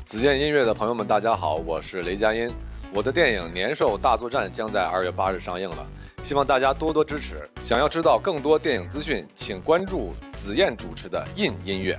子健音乐的朋友们，大家好，我是雷佳音。我的电影《年兽大作战》将在2月8日上映了，希望大家多多支持。想要知道更多电影资讯，请关注子燕主持的印音乐。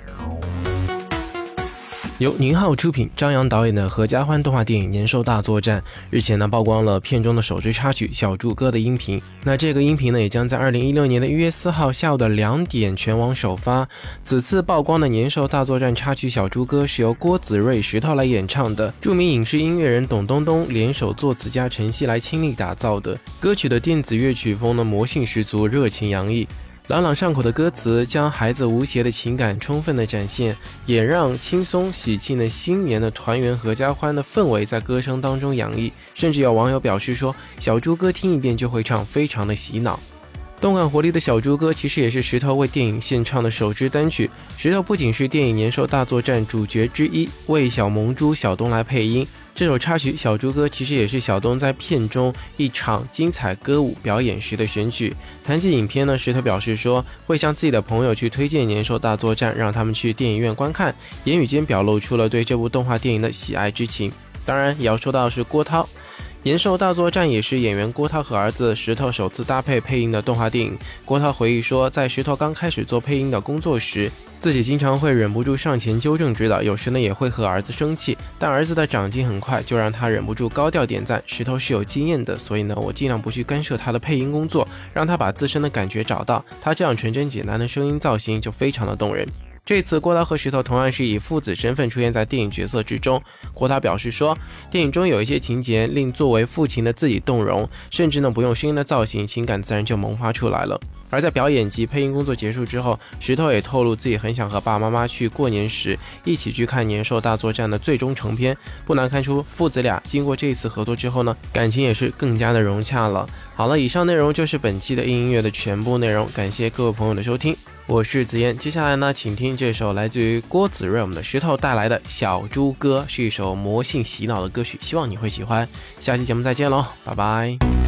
由宁浩出品、张扬导演的合家欢动画电影《年兽大作战》日前曝光了片中的首支插曲《小猪哥》的音频。那这个音频也将在2016年的1月4号下午的2点全网首发。此次曝光的《年兽大作战》插曲《小猪哥》是由郭子睿、石头来演唱的，著名影视音乐人董东东联手作词家陈曦来倾力打造的。歌曲的电子乐曲风呢，魔性十足，热情洋溢。朗朗上口的歌词将孩子无邪的情感充分的展现，也让轻松喜庆的新年的团圆合家欢的氛围在歌声当中洋溢。甚至有网友表示说，小猪哥听一遍就会唱，非常的洗脑。动感活力的小猪哥其实也是石头为电影献唱的首支单曲。石头不仅是电影《年兽大作战》主角之一，为小萌猪小东来配音。这首插曲《小猪哥》其实也是小东在片中一场精彩歌舞表演时的选曲。谈及影片呢，石头表示说会向自己的朋友去推荐《年兽大作战》，让他们去电影院观看，言语间表露出了对这部动画电影的喜爱之情。当然也要说到的是郭涛，《年兽大作战》也是演员郭涛和儿子石头首次搭配配音的动画电影。郭涛回忆说，在石头刚开始做配音的工作时，自己经常会忍不住上前纠正指导，有时呢也会和儿子生气，但儿子的长进很快，就让他忍不住高调点赞。石头是有经验的，所以呢我尽量不去干涉他的配音工作，让他把自身的感觉找到，他这样纯真简单的声音造型就非常的动人。这次郭涛和石头同样是以父子身份出现在电影角色之中。郭涛表示说，电影中有一些情节令作为父亲的自己动容，甚至呢不用声音的造型，情感自然就萌发出来了。而在表演及配音工作结束之后，石头也透露自己很想和爸爸妈妈去过年时一起去看《年兽大作战》的最终成片。不难看出，父子俩经过这次合作之后呢，感情也是更加的融洽了。好了，以上内容就是本期的印音乐的全部内容，感谢各位朋友的收听，我是子燕。接下来呢，请听这首来自于郭子睿我们的石头带来的《小猪哥》，是一首魔性洗脑的歌曲，希望你会喜欢。下期节目再见喽，拜拜。